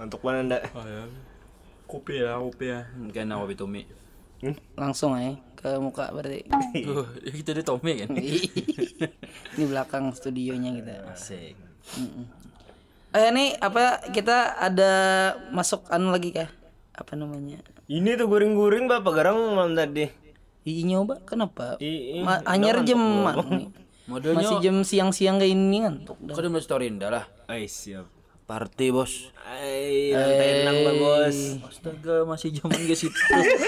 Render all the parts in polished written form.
Ngantuk mana ndak? Kopi ya. Kayak nama kopi Tommy. Langsung aja ke muka berarti. Ya kita di Tommy kan. Ini belakang studionya kita. Asik. Nih apa kita ada masuk lagi kah? Apa namanya? Ini tuh guring-guring Bapak Garang malam tadi. Nyoba kenapa? udah Anyar jam ngantuk nih. Modelnya Masih jam siang-siang kayak ini ngantuk. kok udah story indah lah. Ay, siap. Party bos. Ay, tenang Pak Bos. Astaga masih zaman ke situ.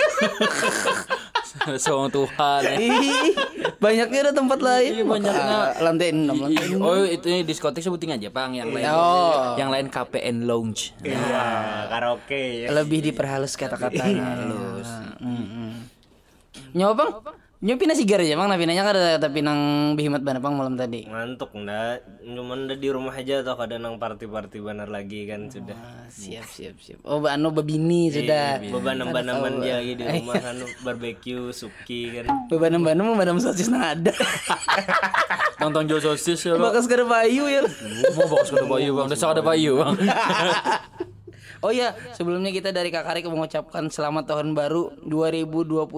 Soal Tuhan. Banyaknya ada tempat lain. banyaknya. Lantai 6. Oh itu diskotik sebutin aja Bang, yang lain. Yang lain KPN Lounge. Iya, karaoke ya. Lebih diperhalus kata-katanya. Halus. Nyoba Bang. Nyopi nasi gar aja Bang, pinanya kan ada pinang bihimat bana Bang malam tadi. Ngantuk ndak, cuman udah di rumah aja atau kadang nang party-party benar lagi kan sudah. Siap. Oh, anu babini sudah. Beban-beban dia lagi di rumah kan barbeque, suki kan. Beban-beban mau badam sosis nah ada. Nonton jual sosis ya lo. Bakas kada payu ya. Mau bakas kada payu Bang, desa kada payu Bang. Oh ya, sebelumnya kita dari Kak Karik mengucapkan selamat tahun baru 2022.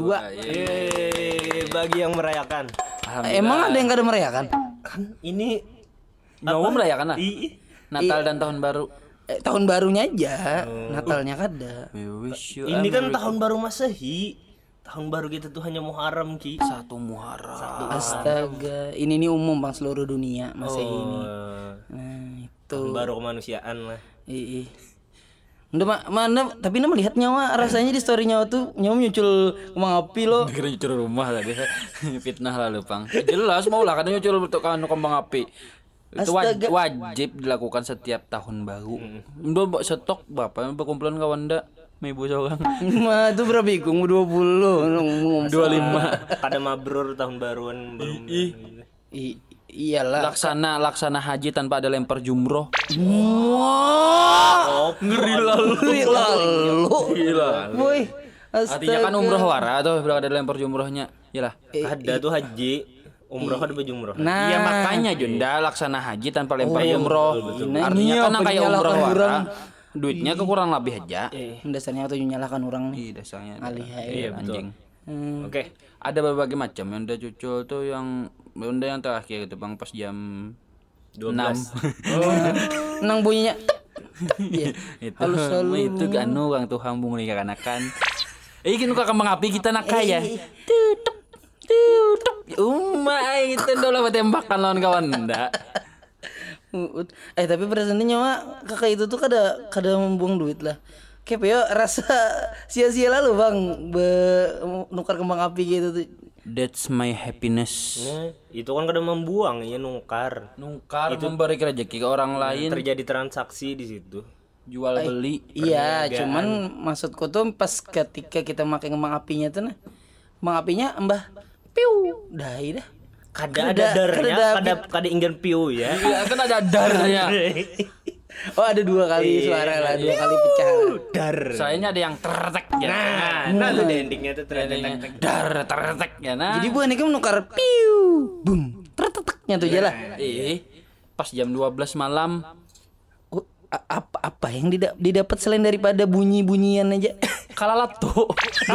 Bagi yang merayakan. Emang ada yang kada merayakan? Kan ini Nyawa merayakan lah. Natal dan tahun baru. Tahun barunya aja, Natalnya kada. We wish you ini kan tahun baru Masehi. Tahun baru kita tuh hanya Muharram Ki. 1 Muharram. Astaga, ini umum Bang seluruh dunia masih ini. Nah, itu. Tahun baru kemanusiaan lah. Udah mana tapi nama lihat nyawa rasanya di story nyawa tuh nyawa nyucul kembang api lo. Kira nyucul rumah tadi. Fitnah lalu Bang. Jelas mau lah kan nyucul untuk kembang api. Itu wajib dilakukan setiap tahun baru. Udah stok bapak berkumpulan kawan ndak? Ibu seorang. Mah itu berapa ikung 20 25. Kada mabrur tahun baruan belum. Iyalah. Laksana haji tanpa ada lempar jumroh. Wah, Ngeri lalu. Gila. Woi. Artinya kan umroh wara tuh bila ada lempar jumrohnya. Iyalah. Ada tuh haji, umroh ada baju umroh. Nah, Iya makanya Junda laksana haji tanpa lempar jumroh. Artinya kan kayak umroh wara. Duitnya kurang lebih aja. Dasarnya tuh nyalakan orang nih. Iya dasarnya. Alih Anjing. Oke. Ada berbagai macam yang udah cucul tuh yang terakhir itu Bang pas jam 12. 6. Nang bunyinya. Itu kan orang tuh hambung nih kanakan. Ini kan kembang api kita nak kaya. Tutup. Itu udah tembakan lawan kawan ndak. Tapi perasaannya nyawa kakak itu tuh kada membuang duit lah. Kayak ya rasa sia-sia lalu Bang nukar kembang api gitu tuh. That's my happiness. Itu kan kada membuang ya nukar. Memberi rezeki ke orang lain. Terjadi transaksi di situ. Jual beli. Iya, cuman maksudku tuh pas ketika kita pakai kembang apinya tuh nah. Kembang apinya embah piu dah. Kada ada darnya, kada ingin piu ya. Iya kan ada darnya. Oh ada 2 kali suara lah, 2 kali pecah. Dar. Sayanya ada yang tertek ya. Nah tuh endingnya tuh tertek. Tertek ya nah. Jadi bukan itu menukar piu, bum, terteknya tuh aja lah. Pas jam 12 malam. Apa yang didapat selain daripada bunyi-bunyian aja? Kalalato.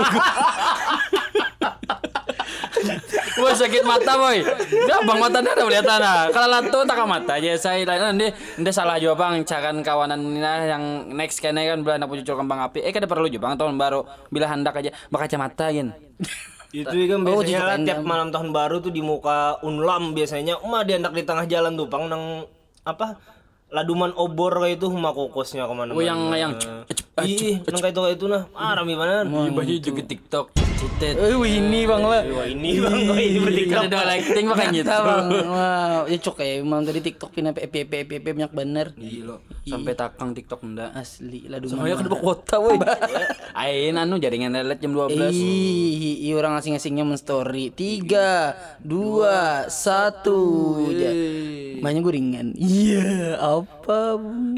Wah sakit mata boy. Dah bang mata dah melihat tanah. Kalalato tak mata aja saya nanti salah juga bang. Cakan kawanan yang next kene kan bila nak cucul kembang api. Kada perlu juga bang tahun baru bila hendak aja berkacamata kan. Itu kan biasanya kan tiap malam tahun baru tuh di muka Unlam biasanya dia hendak di tengah jalan tuh pang nang apa laduman obor kayak itu huma kokosnya kemana-mana. Oh yang nang kayak itu nah rame banget. Baju juga TikTok. Citet. Ini bang lah. Ini bang ini bertiktok. Ada lighting makanya gitu. Wow, ya cok ya emang tadi TikTok pindah PPP banyak bener. Gila. Sampai takang TikTok ndak. Asli lah dulu. Soalnya kedua kota woi. Ain jaringan lelet jam 12. Iya orang asing-asingnya men-story 3 2 1 aja. Banyak gorengan. Iya, apa Bu?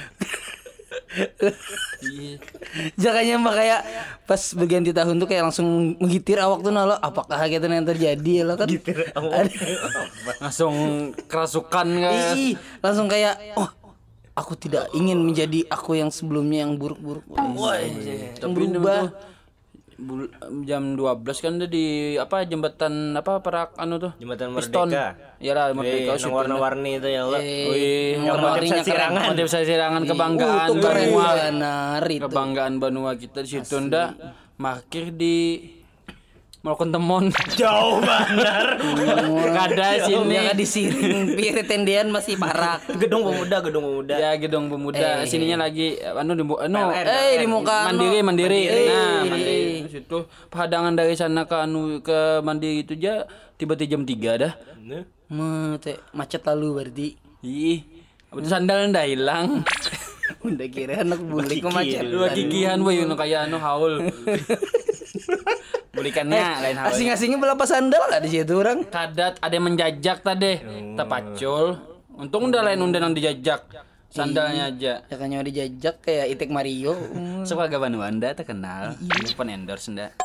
Jangannya mah kayak pas berganti tahun tuh kayak langsung menggitir awak tuh nalo apakah gitu yang terjadi lo kan Langsung kerasukan kayak langsung kayak Aku tidak ingin menjadi aku yang sebelumnya yang buruk-buruk. Yang Tapi berubah. jam 12 kan udah di apa jembatan apa Perak anu tuh Jembatan Piston. Merdeka. Iyalah Merdeka Yang warna-warni itu ya Allah. Wih, Yang warna-warninya keren. motif sirangan kebanggaan Itu keren Banua. benar itu. Kebanggaan Banua kita di situ ndak markir di Melakukan temon. Jauh benar. Kada sini. Yang di siring pirit tendean masih Parak. Gedung pemuda. Ya gedung pemuda. Sininya lagi di di muka Mandiri. Mandiri. Nah, Mandiri situ padangan dari sana ke ke Mandiri itu aja tiba-tiba jam 3 dah. Macet lalu berarti. Ih, sandal ndak hilang. Udah kira anak bule kok macet. Dua gigihan we nu kaya anu haul. Bulikannya lain hal. Asing-asingnya berapa sandal enggak di situ orang? Kadat ada yang menjajak tadi. Tepacul. Untung udah lain undang yang dijajak. Sandalnya aja. Ya kan nyawa dijajak kayak Itek Mario. Sebagai Banua Anda terkenal. Ini pen endorse ndak?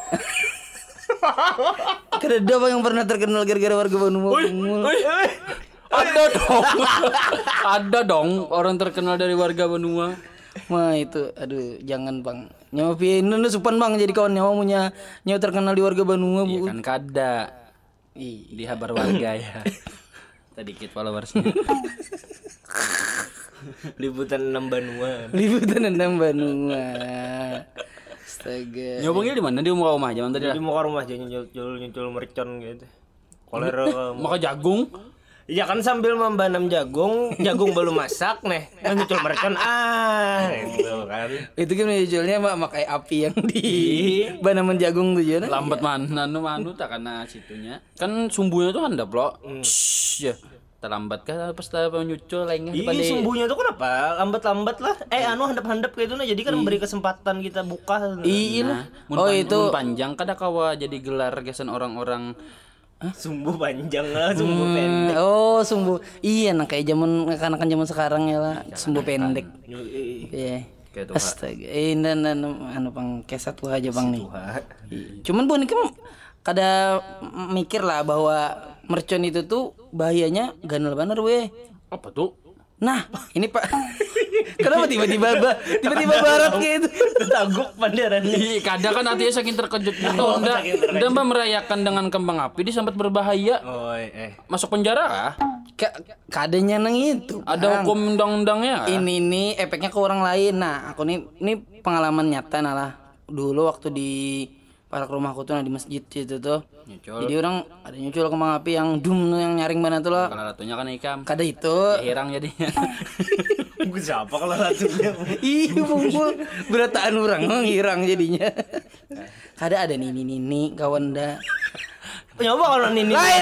Ada bang yang pernah terkenal gara-gara warga Banua. Ada dong. Ada dong orang terkenal dari warga Banua. Mah itu, aduh jangan bang. Nyawa piano supan bang jadi kawan nyawa punya nyawa terkenal di warga Banua Iya bu. kan kada. Di habar warga ya. Sedikit followersnya. Liputan 6 Banua. Liputan 6 Banua. Astaga. Nyobongnya di mana? Di rumah zaman tadi lah. Di muka rumah aja nyucul mercon gitu. Kolera. Maka jagung. Ya kan sambil membanam jagung belum masak nih. Nyucul mercon gitu kan. Itu kan jualnya mak kayak api yang di banaman jagung tuh ya. Lambat manu tak karena situnya. Kan sumbunya tuh handap loh. Ya. Terlambat kan pas nyucul lainnya Ih, sumbunya tuh kenapa? Lambat-lambat lah. Handap-handap kayak itu nah. Jadi kan memberi kesempatan kita buka. Iya. Oh itu panjang kada kawa jadi gelar gesan orang-orang. Sumbu panjang lah, sumbu pendek. Oh, sumbu. Iya, nah kayak zaman anak-anak zaman sekarang ya lah, sumbu pendek. Iya. Astaga. Anu pang kesat tuh aja bang nih. Cuman bu ini kan kada mikir lah bahwa mercon itu tuh bahayanya ganal bener weh. Apa tuh? Nah, ini Pak. Kenapa tiba-tiba barat kayak itu? Taguk pandarannya. Ih, kadang kan hatinya saking terkejut gitu. Udah merayakan dengan kembang api disambat berbahaya. Masuk penjara kah? Kadenya nang itu. Ada hukum undang-undangnya kah? Ini nih efeknya ke orang lain. Nah, aku ini pengalaman nyata lah. Dulu waktu di Parak rumahku tuh di masjid itu tuh. Nyucul. Jadi orang ada nyucul kembang api yang yang nyaring banget tuh lah. Kalau ratunya kan ikam. Kada itu. Ya, hirang jadinya. Gue siapa kalau ratunya? Iya, bungkul berataan orang hirang jadinya. Kada ada nini kawan dah. Nyoba kalau nini. Lain.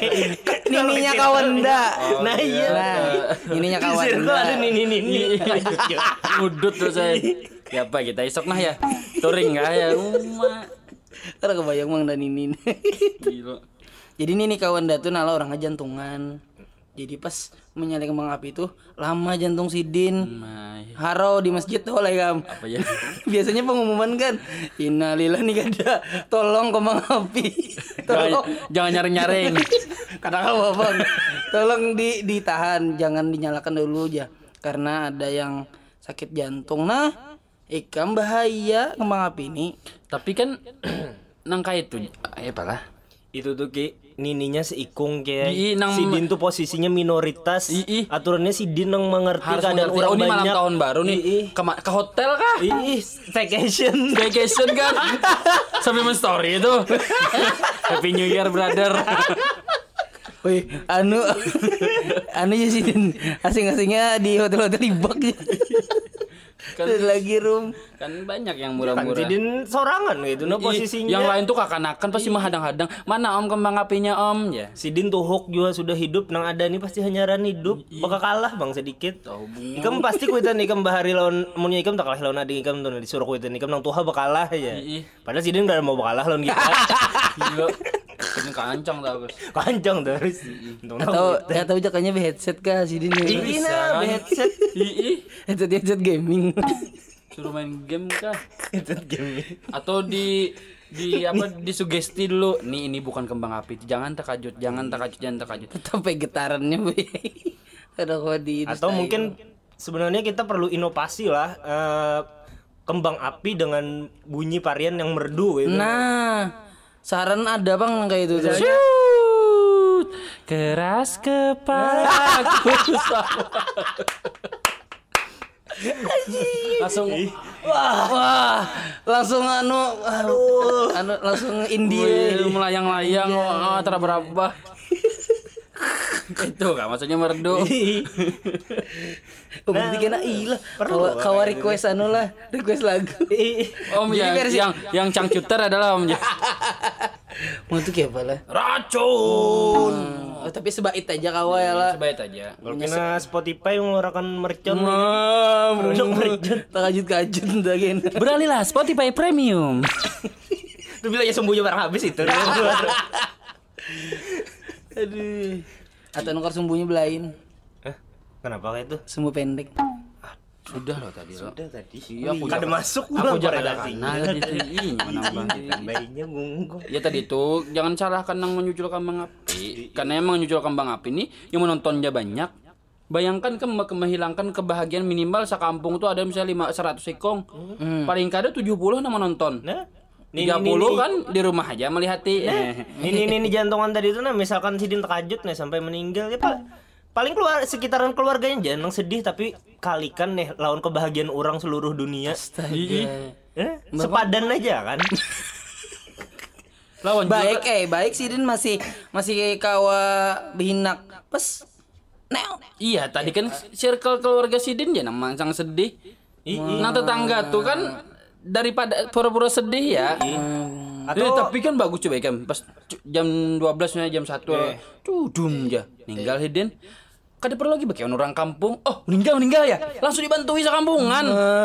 Nininya kawan dah. Nah iya. Nininya kawan dah. Ada nini. Udut tuh saya. Ya apa kita isok nah ya. Touring enggak ya rumah. Karena kebayang mang dan ini. Gila. Jadi ini kawan datu nala orang jantungan. Jadi pas menyalakan kembang api itu lama jantung Sidin. Haro di masjid tuh oleh kam. Apa ya? Biasanya pengumuman kan, innalillah nih kada, tolong kembang api. Jangan nyaring-nyaring. Kata kamu bang, tolong ditahan, jangan dinyalakan dulu aja. Karena ada yang sakit jantung. Nah, ikam bahaya kembang api ini. Tapi kan nangka itu apalah. Itu tuh Ki, nininya seikung kayak nang Sidin tuh posisinya minoritas. Aturannya Sidin yang mengerti harus keadaan mengerti. orang Ini banyak. malam tahun baru nih. Ke hotel kah? Vacation. Vacation kan. Sambil men-story itu. Happy New Year brother. Wih, anu ya Sidin, asing-asingnya di hotel-hotel di bak ya. Kan lagi room. Kan banyak yang Kan murah-murah. Sidin sorangan gitu nah posisinya. Yang lain tuh kakanakan pasti menghadang-hadang. Mana om kembang apinya om ya. Sidin tuh Hok juga sudah hidup nang ada nih pasti hanyaran hidup. Bakal kalah bang sedikit. Ikam pasti kuitan ikam bahari lawan munnya ikam tak kalah lawan adik ikam tuh disuruh kuitan ikam nang tuha bakalah ya. Padahal Sidin udah mau bakalah lawan kita. Gila. Ini kancang tau Gus. Kancang terus. Atau jakanya be headset kah Sidin? Ini nah headset. Headset gaming. Suruh main game kah? Headset gaming. Atau di disugesti dulu. Nih ini bukan kembang api. Jangan takajut. Tapi getarannya be. Ada kok di. Atau mungkin sebenarnya kita perlu inovasi lah, kembang api dengan bunyi varian yang merdu gitu. Nah, saran ada bang kayak itu tuh. Shoot, keras kepalaku. Langsung Wah, langsung langsung indie. melayang-layang berapa. Itu kan maksudnya merdu. Oh, berarti kena ilah. Kawa request request lagu. Om ya, yang cangcuter adalah Om ya. Mau tuh kayak apa lah? Racun. Oh, tapi sebait aja kawa ya lah. Sebait aja. Kalau kena Spotify mengeluarkan mercon, Produk mercon. Takajut-kajut lagi. Beralihlah Spotify Premium. Itu bila ya sembuhnya barang habis itu. Aduh. Atau nukar sumbunya belain. Kenapa kayak itu? Sumbu pendek. Sudah loh tadi loh. Udah tadi. Iya, aku Kada masuk aku bulan jangan korelasinya. Bayinya gunggong. Ya tadi tuh jangan salahkan yang menyucul kembang api. Karena yang menyucul kembang api ini yang menontonnya banyak. Bayangkan menghilangkan kebahagiaan minimal sekampung tuh ada misalnya 100 ekong. Paling kada 70 yang menonton. Nah, 30 kan di rumah aja melihat ini jantungan tadi itu nah misalkan Sidin terkajut nih sampai meninggal ya Pak. Paling keluar sekitaran keluarganya jangan sedih tapi kalikan nih lawan kebahagiaan orang seluruh dunia. Astaga. Sepadan aja kan. Lawan Baik Sidin masih kawa bihinak. Pes. Neo. Iya, tadi kan circle keluarga Sidin ya namang sang sedih. Nah tetangga tuh kan daripada pura-pura sedih ya. Atau tapi kan bagus coba kan pas jam 12 nya jam 1 tudum aja ninggal Hidin. Kada perlu lagi bagi orang kampung. Oh, meninggal ya. Langsung dibantui sekampungan.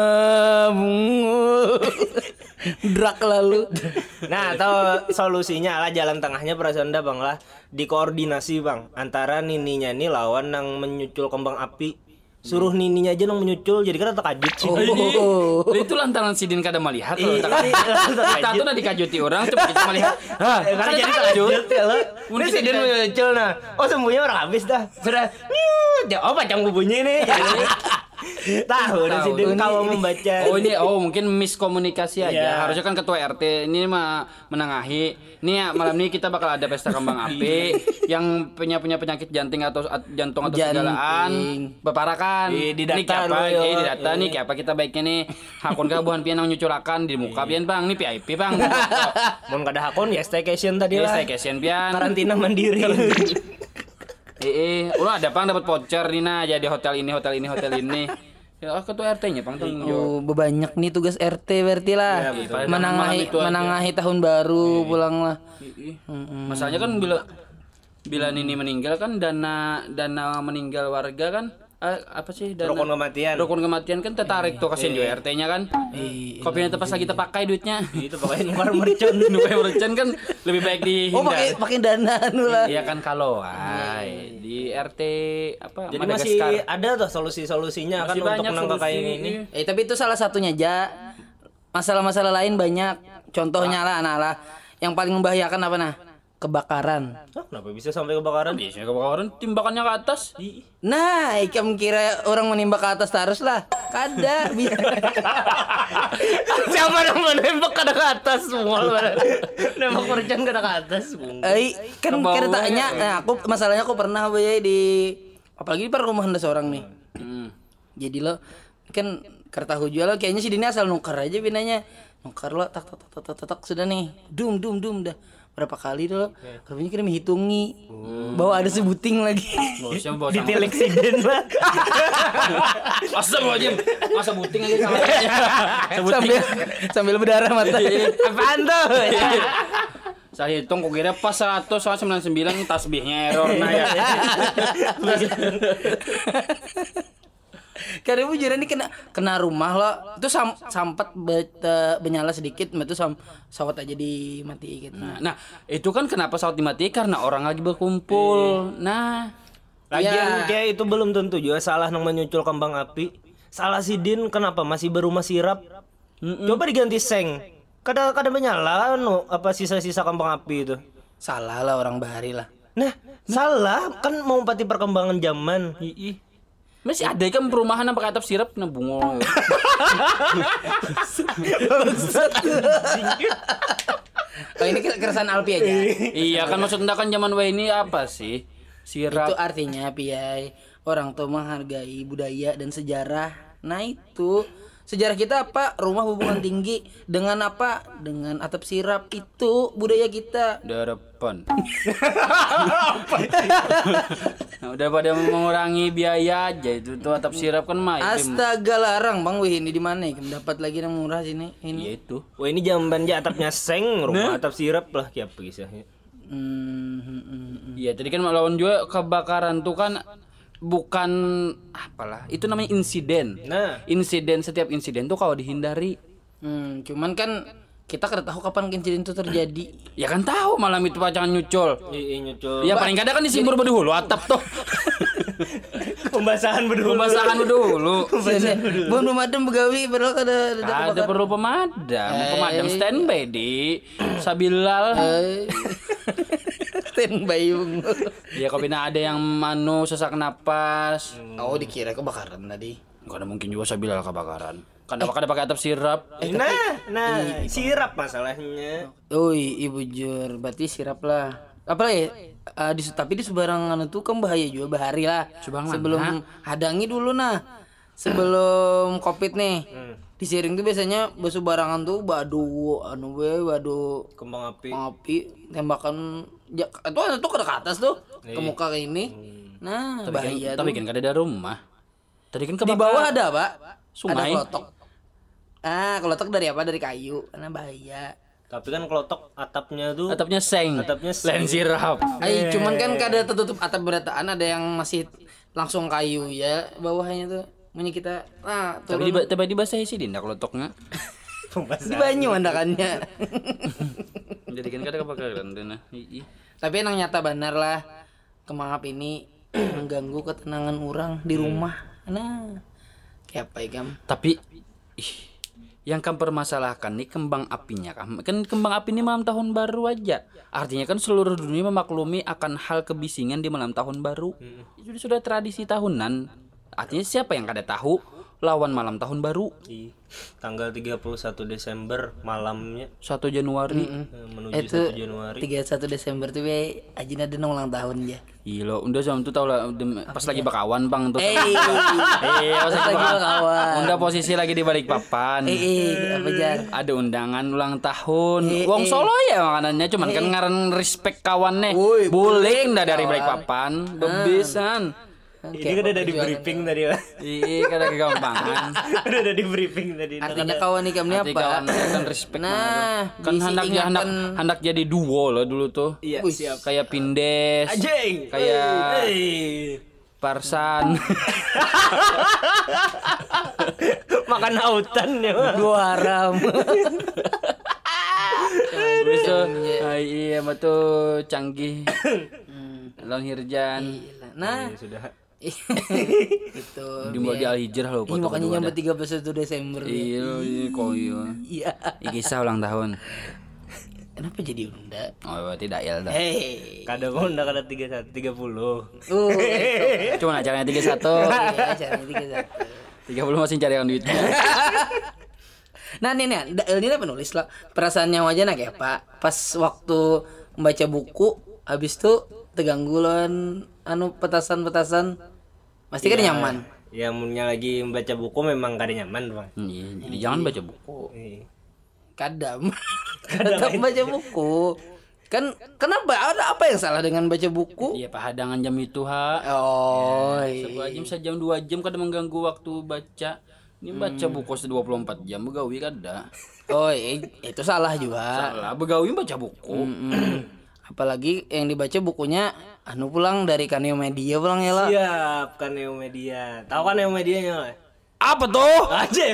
Drak lalu. Nah, atau solusinya lah jalan tengahnya perasaan dah Bang lah dikoordinasi Bang antara nininya nih lawan yang menyucul kembang api. Suruh nininya aja nang menyucul jadi kan terkajut sih. Itu lantaran Sidin kada melihat loh. Kita tuh udah dikajuti orang coba kita melihat. Karena jadi terkajut ya lo. Ini Sidin menyucul nah. Oh sembuhnya orang habis dah. Sudah. Oh pacang bunyi nih. Tahu dan Sidin kalau membaca. Mungkin miskomunikasi aja. Harusnya kan ketua RT ini mah menengahi. Nih ya, malam ini kita bakal ada pesta kembang api yang punya penyakit jantung atau segalaan beparakan. Didata nih kayak apa kita baiknya nih. Hakun kabuhan pian yang nyuculakan di muka pian Bang. Nih VIP Bang. Mun kada hakun ya staycation tadi lah. Staycation pian. Karantina mandiri. Ulah ada Pang dapat voucher nih nah jadi hotel ini. Ya ketua RT-nya Pang Oh, bebanyak nih tugas RT berarti lah. Ya, menangahi tahun baru pulang lah. Masalahnya kan bila Nini meninggal kan dana meninggal warga kan apa sih dana rukun kematian kan tertarik tuh kasihan juga RT-nya kan. Kopinya pas lagi terpakai duitnya. Itu pakai nukar mercon kan lebih baik dihindar. Pakai dana lah. Iya kan kalau di RT apa jadi Madagaskar. Masih ada tuh solusi-solusinya kan untuk menangkal kayak ini. Tapi itu salah satunya aja. Masalah-masalah lain banyak. Contohnya lah yang paling membahayakan apa nah? Kebakaran. Kenapa bisa sampai kebakaran? Biasanya kebakaran timbakannya ke atas. Nah, ikam kira orang menembak ke atas terus lah. Kada. Siapa yang menembak kada ke atas semua. Nembak mercon kada ke atas. Kan kada tanya. Nah, masalahnya aku pernah di apalagi di perumahan ada seorang nih. Jadi lo kan kertahu jual lo kayaknya si Dini asal nukar aja binanya. Nukar lo tak sudah nih. Dum dah. Berapa kali dulu kerjanya kita menghitungi bahwa ada sebuting lagi ditilik Sidin lah. Masa buting aja sambil berdarah mata. Apaan tuh? Saya hitung kok kira pas 199 tasbihnya error nah ya. Karena bujuran ini kena rumah lo itu sampat benyala sedikit itu sawat aja dimati gitu. Nah itu kan kenapa sawat dimati karena orang lagi berkumpul. Nah lagian kayak itu belum tentu juga salah nang menyucul kembang api. Salah Sidin kenapa masih berumah sirap? Coba diganti seng. Kada menyala apa sisa-sisa kembang api itu. Salah lah orang bahari lah. Nah salah kan mau pati perkembangan zaman. Masih ada kan perumahan yang pakai atap sirap nah bungo. Oh ini keresahan Alpi aja. Iya kan maksudnya kan zaman ini apa sih? Sirap. Itu artinya Piai, orang tua menghargai budaya dan sejarah. Nah itu sejarah kita apa? Rumah hubungan tinggi dengan apa? Dengan atap sirap, itu budaya kita. Depan. Nah, udah pada mengurangi biaya aja itu tuh atap sirap kan mah. Astaga larang Bang, wih ini di mana? Dapat lagi yang murah sini. Iya Ini. itu. Wah ini jamban aja atapnya seng, rumah atap sirap lah kayak apa kisahnya. Iya tadi kan lawan juga kebakaran tuh kan bukan apalah itu namanya insiden. Nah. Setiap insiden tuh kalau dihindari. Cuman kan kita kada tahu kapan insiden itu terjadi. Ya kan tahu malam itu pacangan nyucul. Iya nyucul. Ya paling kadang kan disimbur berdulu atap tuh. Pembasahan berdulu. Belum madem begawi padahal kada Ada perlu pemadam standby di Sabilal. Standby Bung. Ya kalau ada yang sesak napas. Oh dikira kebakaran tadi. Gak ada mungkin juga Sabilal kebakaran. Kan ada pakai atap sirap. Sirap masalahnya. Oi, ibu jur, berarti sirap lah. Apa ya? Tapi di sebarangan itu kan bahaya juga bahari lah. Sebelum hadangi dulu nah. Sebelum Covid nih. Di Siring tuh biasanya bersebarangan tuh badu Kembang api. Tembakan itu ke atas tuh, ke muka kayak ini. Nah, bahaya Tapi tuh. kan ada rumah. Tadi kan Di bawah ada, Pak. Sungai. Ada klotok. Klotok dari apa? Dari kayu. Karena bahaya. Tapi kan kelotok atapnya tuh. Atapnya seng. Lain sirap. Cuman kan kada tertutup atap berataan, ada yang masih langsung kayu ya bawahnya tuh. Mending kita Tapi turun dibasahi sih Dinda kelotoknya. di banyu andakannya. Jadi kan kada kebakaran tuh nah. Tapi emang nyata benar lah kembang api ini mengganggu ketenangan orang di rumah. Nah, kayak apa ya Gam? Tapi yang kamu permasalahkan nih kembang apinya kan kembang api ini malam tahun baru aja. Artinya kan seluruh dunia memaklumi akan hal kebisingan di malam tahun baru. Itu sudah tradisi tahunan. Artinya siapa yang kada tahu lawan malam tahun baru? Tanggal 31 Desember malamnya 1 Januari. Menuju Itu 1 Januari. 31 Desember tuh be Ajin ada ulang tahun ya. Iya udah zaman itu tau lah pas lagi bakawan bang tuh. Pas lagi bakawan. Udah posisi lagi di balik papan. Apa jar? Ada undangan ulang tahun. Wong Solo ya makanannya cuman kan ngaran respect kawannya. Boleh ndak dari balik papan. Bebisan. Ini kan udah di briefing tadi lah. Iya kada kegampangan. Udah di briefing tadi. Artinya kawan nikam ini apa? Kan respect Nah, kan hendak jadi duo lah dulu tuh. Iya, siap. Kayak Pindes. Anjing. Kayak Parsan. Makan autan ya. Dua haram. Besok iya betul canggih. Lawan Hirjan. Nah, Sudah. itu. Dibuat di Al-Hijrah loh. Ih, makanya nyambut 31 Desember. Iya, koyo. Iya. Kisah ulang tahun. Kenapa jadi unda? Oh, tidak ya dah. Kadang udah kada 30. Cuma acaranya 31. Iya, acaranya 30 masih cari yang duitnya. Nah, ini penulis lah. Perasaannya aja nak ya, Pak. Pas waktu membaca buku, habis tuh teganggulan petasan-petasan. Pasti kan nyaman. Ya munnya lagi membaca buku memang kada nyaman, Bang. Iya, jadi jangan baca buku. Kadang baca buku. Kan kenapa ada apa yang salah dengan baca buku? Iya, pahadangan jam itu, Ha. Oh, Sebuah jam, sejam, 2 jam kadang mengganggu waktu baca. Ini baca buku 24 jam begawi kada. Oh, itu salah juga. Salah, begawi baca buku. Apalagi yang dibaca bukunya pulang dari Kaneo Media pulang ya lah. Siap, Kaneo Media. Tahu kan Kaneo Medianya lah? Apa tuh? Aja.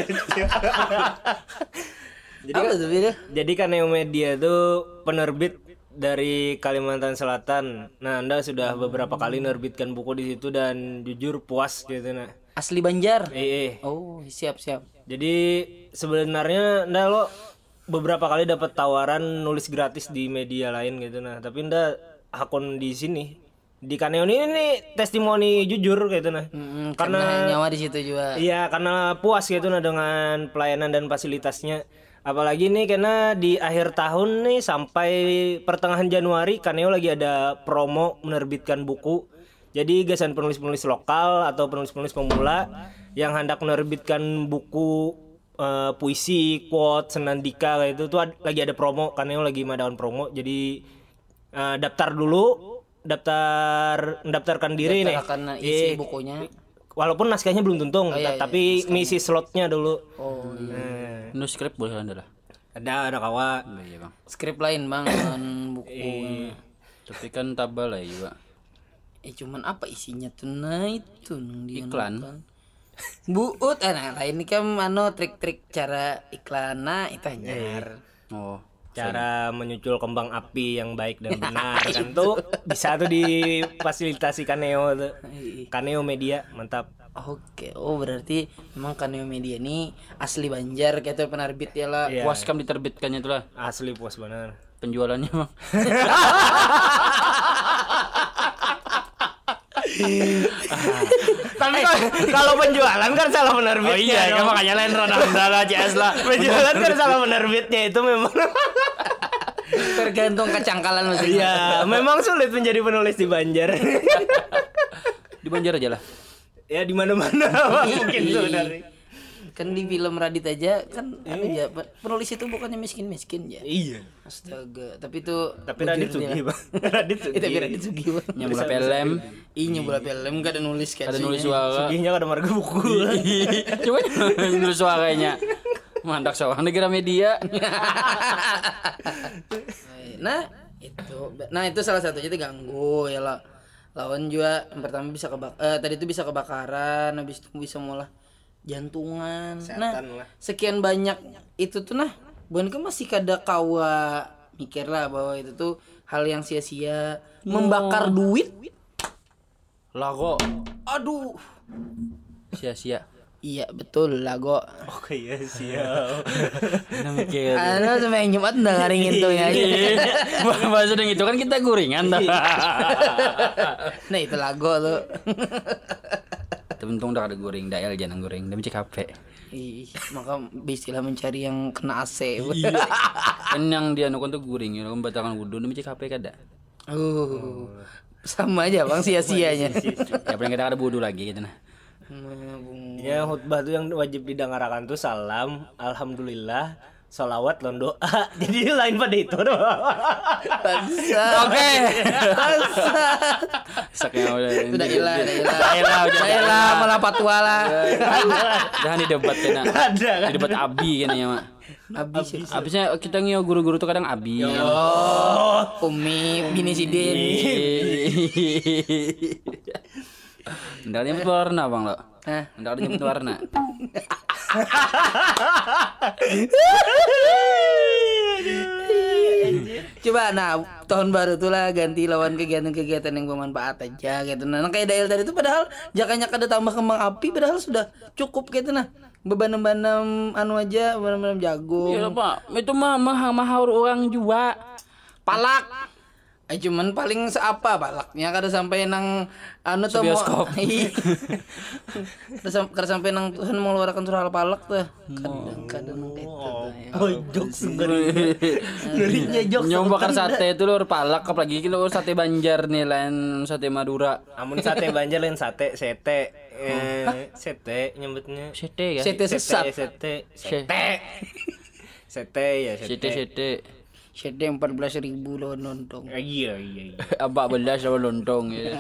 Jadi Kaneo Media tuh penerbit dari Kalimantan Selatan. Nah, Anda sudah beberapa kali nerbitkan buku di situ dan jujur puas gitu nah. Asli Banjar. Oh, siap. Jadi sebenarnya Anda lo beberapa kali dapat tawaran nulis gratis di media lain gitu nah, tapi Anda akun di sini di Kaneo ini testimoni jujur gitu nah. Karena nyawa di situ juga. Iya, karena puas gitu nah dengan pelayanan dan fasilitasnya. Apalagi nih karena di akhir tahun nih sampai pertengahan Januari Kaneo lagi ada promo menerbitkan buku. Jadi gasan penulis-penulis lokal atau penulis-penulis pemula yang hendak menerbitkan buku puisi, quote, senandika kayak itu tuh lagi ada promo. Kaneo lagi mengadakan promo. Jadi daftar dulu. Mendaftarkan diri nih. Karena isi bukunya. Walaupun naskahnya belum tuntung, tapi ngisi slotnya dulu. Oh iya. Nu skrip boleh Anda lah. Ada kawa. Iya, Bang. Skrip lain Bang dengan buku. Tapi kan tabel lah juga. Cuman apa isinya tuh? Nah itu dia Iklan. nonton. Buut lain ini kan trik-trik cara iklan. Nah itu anyar. Oh. Cara menyucul kembang api yang baik dan benar kan tuh bisa tuh difasilitasi Kaneo tuh. Kaneo Media mantap. Oke, berarti memang Kaneo Media ini asli Banjar kayak tuh penerbit ya lah. Iya. Puas kam diterbitkannya itulah. Asli puas benar. Penjualannya Bang. Tapi kalau penjualan kan salah penerbitnya. Oh iya, kan makanya lain rada CS lah. Penjualan kan salah penerbitnya itu memang. Tergantung kecangkalan maksudnya. Iya, memang sulit menjadi penulis di Banjar. Di Banjar aja lah. Ya di mana-mana mungkin sebenarnya. Kan di film Radit aja kan aja penulis itu bukannya miskin-miskin ya. Iya. Astaga, tapi itu Radit sugih, Bang. Radit sugih. Tapi Radit sugih, Bang. Nyambula film. Nyambula film enggak ada nulis kan. Ada nulis suara. Sugihnya ada marga buku. Coba nulis suaranya. Mandak soang negara media. Nah itu salah satunya itu ganggu ya lah. Lawan juga yang pertama bisa tadi itu bisa kebakaran, habis itu bisa malah jantungan. Nah, sekian banyak itu tuh nah, bukan kan masih kada kawa mikir lah bahwa itu tuh hal yang sia-sia, membakar duit. Lago. Aduh. Sia-sia. Iya betul lago. Oke ya siap. Mikir. Sama yang Jumat udah ngaringin tuh ya. Bahasa itu kan kita guringan dah. Nah itu lago lo. Untung udah ada goreng, dael jangan goreng, dia cek HP. Maka istilah mencari yang kena AC. Kan yang dia nukon tuh goreng, yang batalkan wudhu, dia cek HP kada. Sama aja Bang sia-sianya. Ya paling kadang ada wudhu lagi gitu nah. Ya khutbah tuh yang wajib didengarkan tuh salam, alhamdulillah, salawat, dan doa. Jadi lain pada itu doang. Oke. Udah ilah malah patwa lah. Jangan didebat kena. Di debat abi kena ya mak. Abisnya kita ngio guru-guru tuh kadang abi. Umi bini sidin. Ndak nyebut warna bang lo. Ndak ada nyebut warna. Coba tahun baru tuh lah ganti lawan kegiatan-kegiatan yang bermanfaat aja gitu. Nah kayak Dael tadi itu padahal jakanya kada tambah kembang api padahal sudah cukup gitu nah. Bebanam-banam aja, bebanam jagung. Iya Pak, itu mah mahal orang juga. Palak. Cuman paling seapa palaknya kada sampai nang tuh bioskop. Kada sampai nang Tuhan mau mengeluarkan surah palak tuh. Kadang itu. Jokes ngerinya jokes. Nyoba bakar sate itu lur palak apalagi lur sate Banjar nih lain sate Madura. Amun sate Banjar lain sate sete nyebutnya. Sete ya. Sete sesat. Sete ya Sete. Sete 14.000 lo nonton. Iya. 14 lawan lontong ya.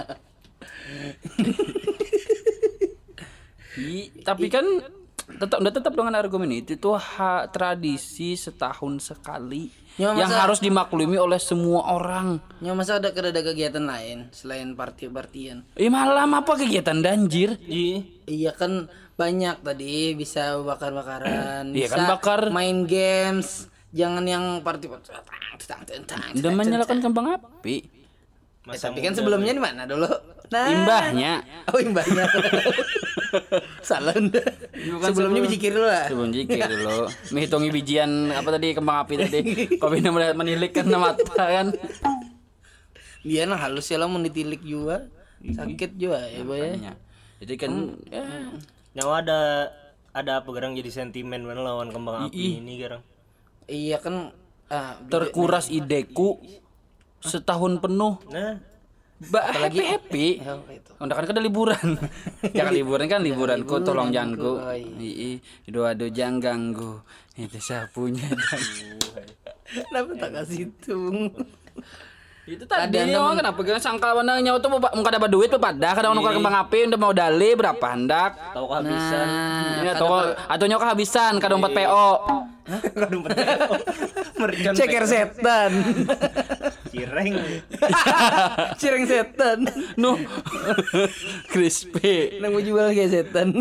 Tapi kan tetap dengan argumen itu tuh tradisi setahun sekali yang harus dimaklumi oleh semua orang. Ya masa ada kegiatan lain selain party-partyan? Malam apa kegiatan danjir? Iya kan banyak tadi bisa bakar-bakaran, Iya bisa kan bakar. main games. Jangan yang party. Udah menyalakan kembang api. Tapi kan sebelumnya di mana dulu? Imbahnya. Imbahnya. Salah udah. Sebelumnya biji kiri dulu lah. Sebelum jikir dulu. Menghitungi bijian apa tadi kembang api tadi. Kau bina melihat menilik kan mata kan. Dia nah halus ya lah mau ditilik juga. Sakit juga ya boy. Jadi kan Nyawa ada apa gerang jadi sentimen mana lawan kembang api ini gerang. Iya kan terkuras ideku setahun penuh. Nah, happy. Udah kan ada liburan. Jangan liburan kan liburanku tolong janganku. Aduh jangan ganggu. Itu sapunya. Kenapa tak kasih tung? Itu tadi nyawa kenapa kan sangkal mana nyawa tuh muka dapat duit pada kadang nukar kembang api udah mau dali berapa hendak tahu kehabisan. Ya tahu atau nyawa kehabisan kadang 4 PO. Kadang PO. Mercon Ceker setan. cireng. Cireng setan. No. Crispy. Nang mau jual kayak setan.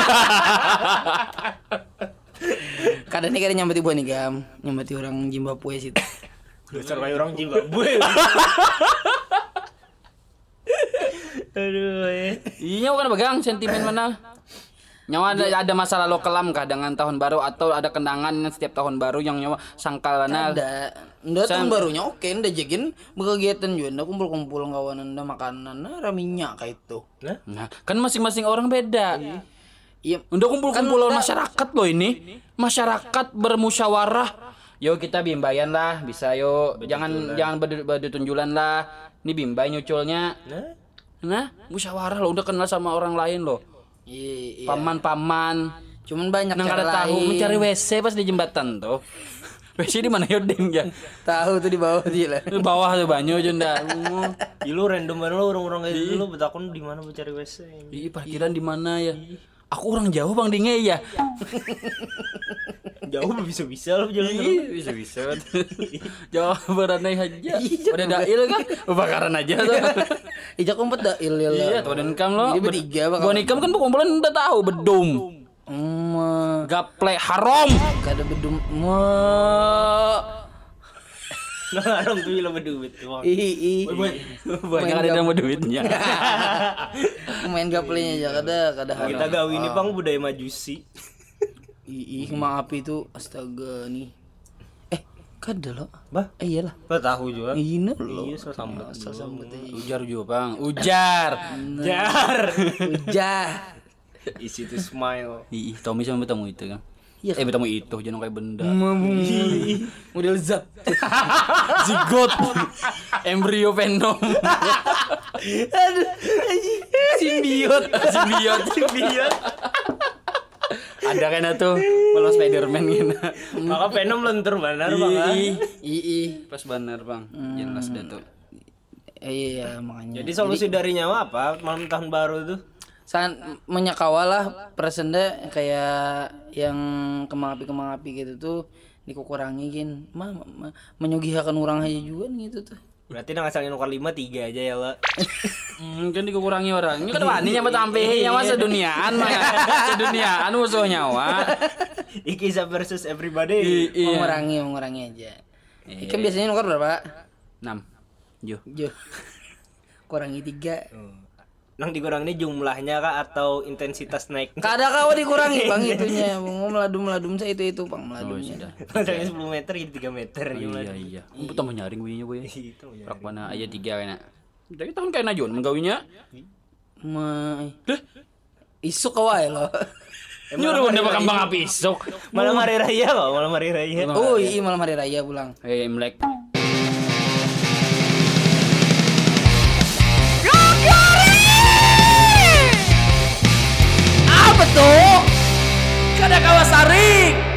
Kadang nih nyambati buah nih gam, nyambati orang Zimbabwe situ. Dasar kayak orang Zimbabwe. Aduh. Iya kan pegang sentimen mana? Nyawa ada masalah lo kelam kah dengan tahun baru atau ada kenangan setiap tahun baru yang nyawa sangkalana? Ada. Nda tahun barunya oke, nda jegin berkegiatan juga, nda kumpul-kumpul kawanan, nda makanan, nah raminya kayak itu. Nah, kan masing-masing orang beda. Iya. Udah kumpul-kumpulan masyarakat loh ini. Masyarakat bermusyawarah. Yo kita bimbayan lah, bisa yo. Jangan bertunjulan lah. Ini bimbay nyuculnya. Nah, musyawarah lo udah kenal sama orang lain loh. Iya. Paman-paman. Cuman banyak Nang cara kada tahu lain. mencari WC pas di jembatan tuh. WC di mana yo ding ya? Tahu tuh di bawah dia lah. Di bawah tuh banyak jenda. Lu random banget lu orang-orang kayak gitu lu betakun di mana mencari WC. Ih, parkiran di mana ya? Aku orang jauh Bang Dinge ya. Jauh bisa-bisa lu jalan terus. Bisa. Jauh beranai aja. Udah dail kan? Bakaran aja tuh. Ijak umpet dah Iya, tuh dan kam lo. Jadi bertiga bakal. Gua nikam kan kumpulan udah tahu bedum. Gaple haram. Kada bedum. Nah, haram tuh lo berduit. Banyak ada yang mau duitnya. Main gaplenya aja kada haram. Kita gawe ini Bang budaya majusi. Kembang api itu astaga nih. Kada lo. Bah, Iyalah. lo tahu juga. Ini lo. Iya, so sambut. Ujar juga, Bang. Ujar. Ujar. Easy to smile. Tommy sama bertemu itu kan. Iya. Bertemu itu jangan kayak benda. Model zat. Zigot. Embrio venom. Aduh. Simbiot. Ada kan tuh malah Spiderman gitu. Maka Venom lentur benar Bang. Pas benar Bang. Jelas dah tuh. Iya makanya. Jadi solusi dari nyawa apa malam tahun baru itu? Menyakawal lah presenda kayak yang kembang api gitu tuh dikurangi gin. Menyugihakan orang aja juga gitu tuh. Berarti nang asalnya nukar 5 3 aja ya lah. Mungkin dikurangi orang. Ini kan wani nyampe tampehe nyawa seduniaan mah. Seduniaan musuh nyawa. Iki versus everybody. Mengurangi aja. Ikan biasanya nukar berapa? 6. Jo. Kurangi 3. Nang dikurangin jumlahnya kah atau intensitas naik? Kada kau dikurangi Bang itunya. Mau meladum saya itu Bang meladumnya. Padahal 10 meter jadi 3 meter Iya. Aku tambah nyaring winya boy. Rak mana aya 3 kena. Tapi tahun kena Jon menggawinya. Isuk wae lo. Nyuruh udah kembang api isuk. Malam hari raya kok, malam hari raya. Oh iya malam hari raya pulang. Imlek. Apa tuh? Kada Kawasari.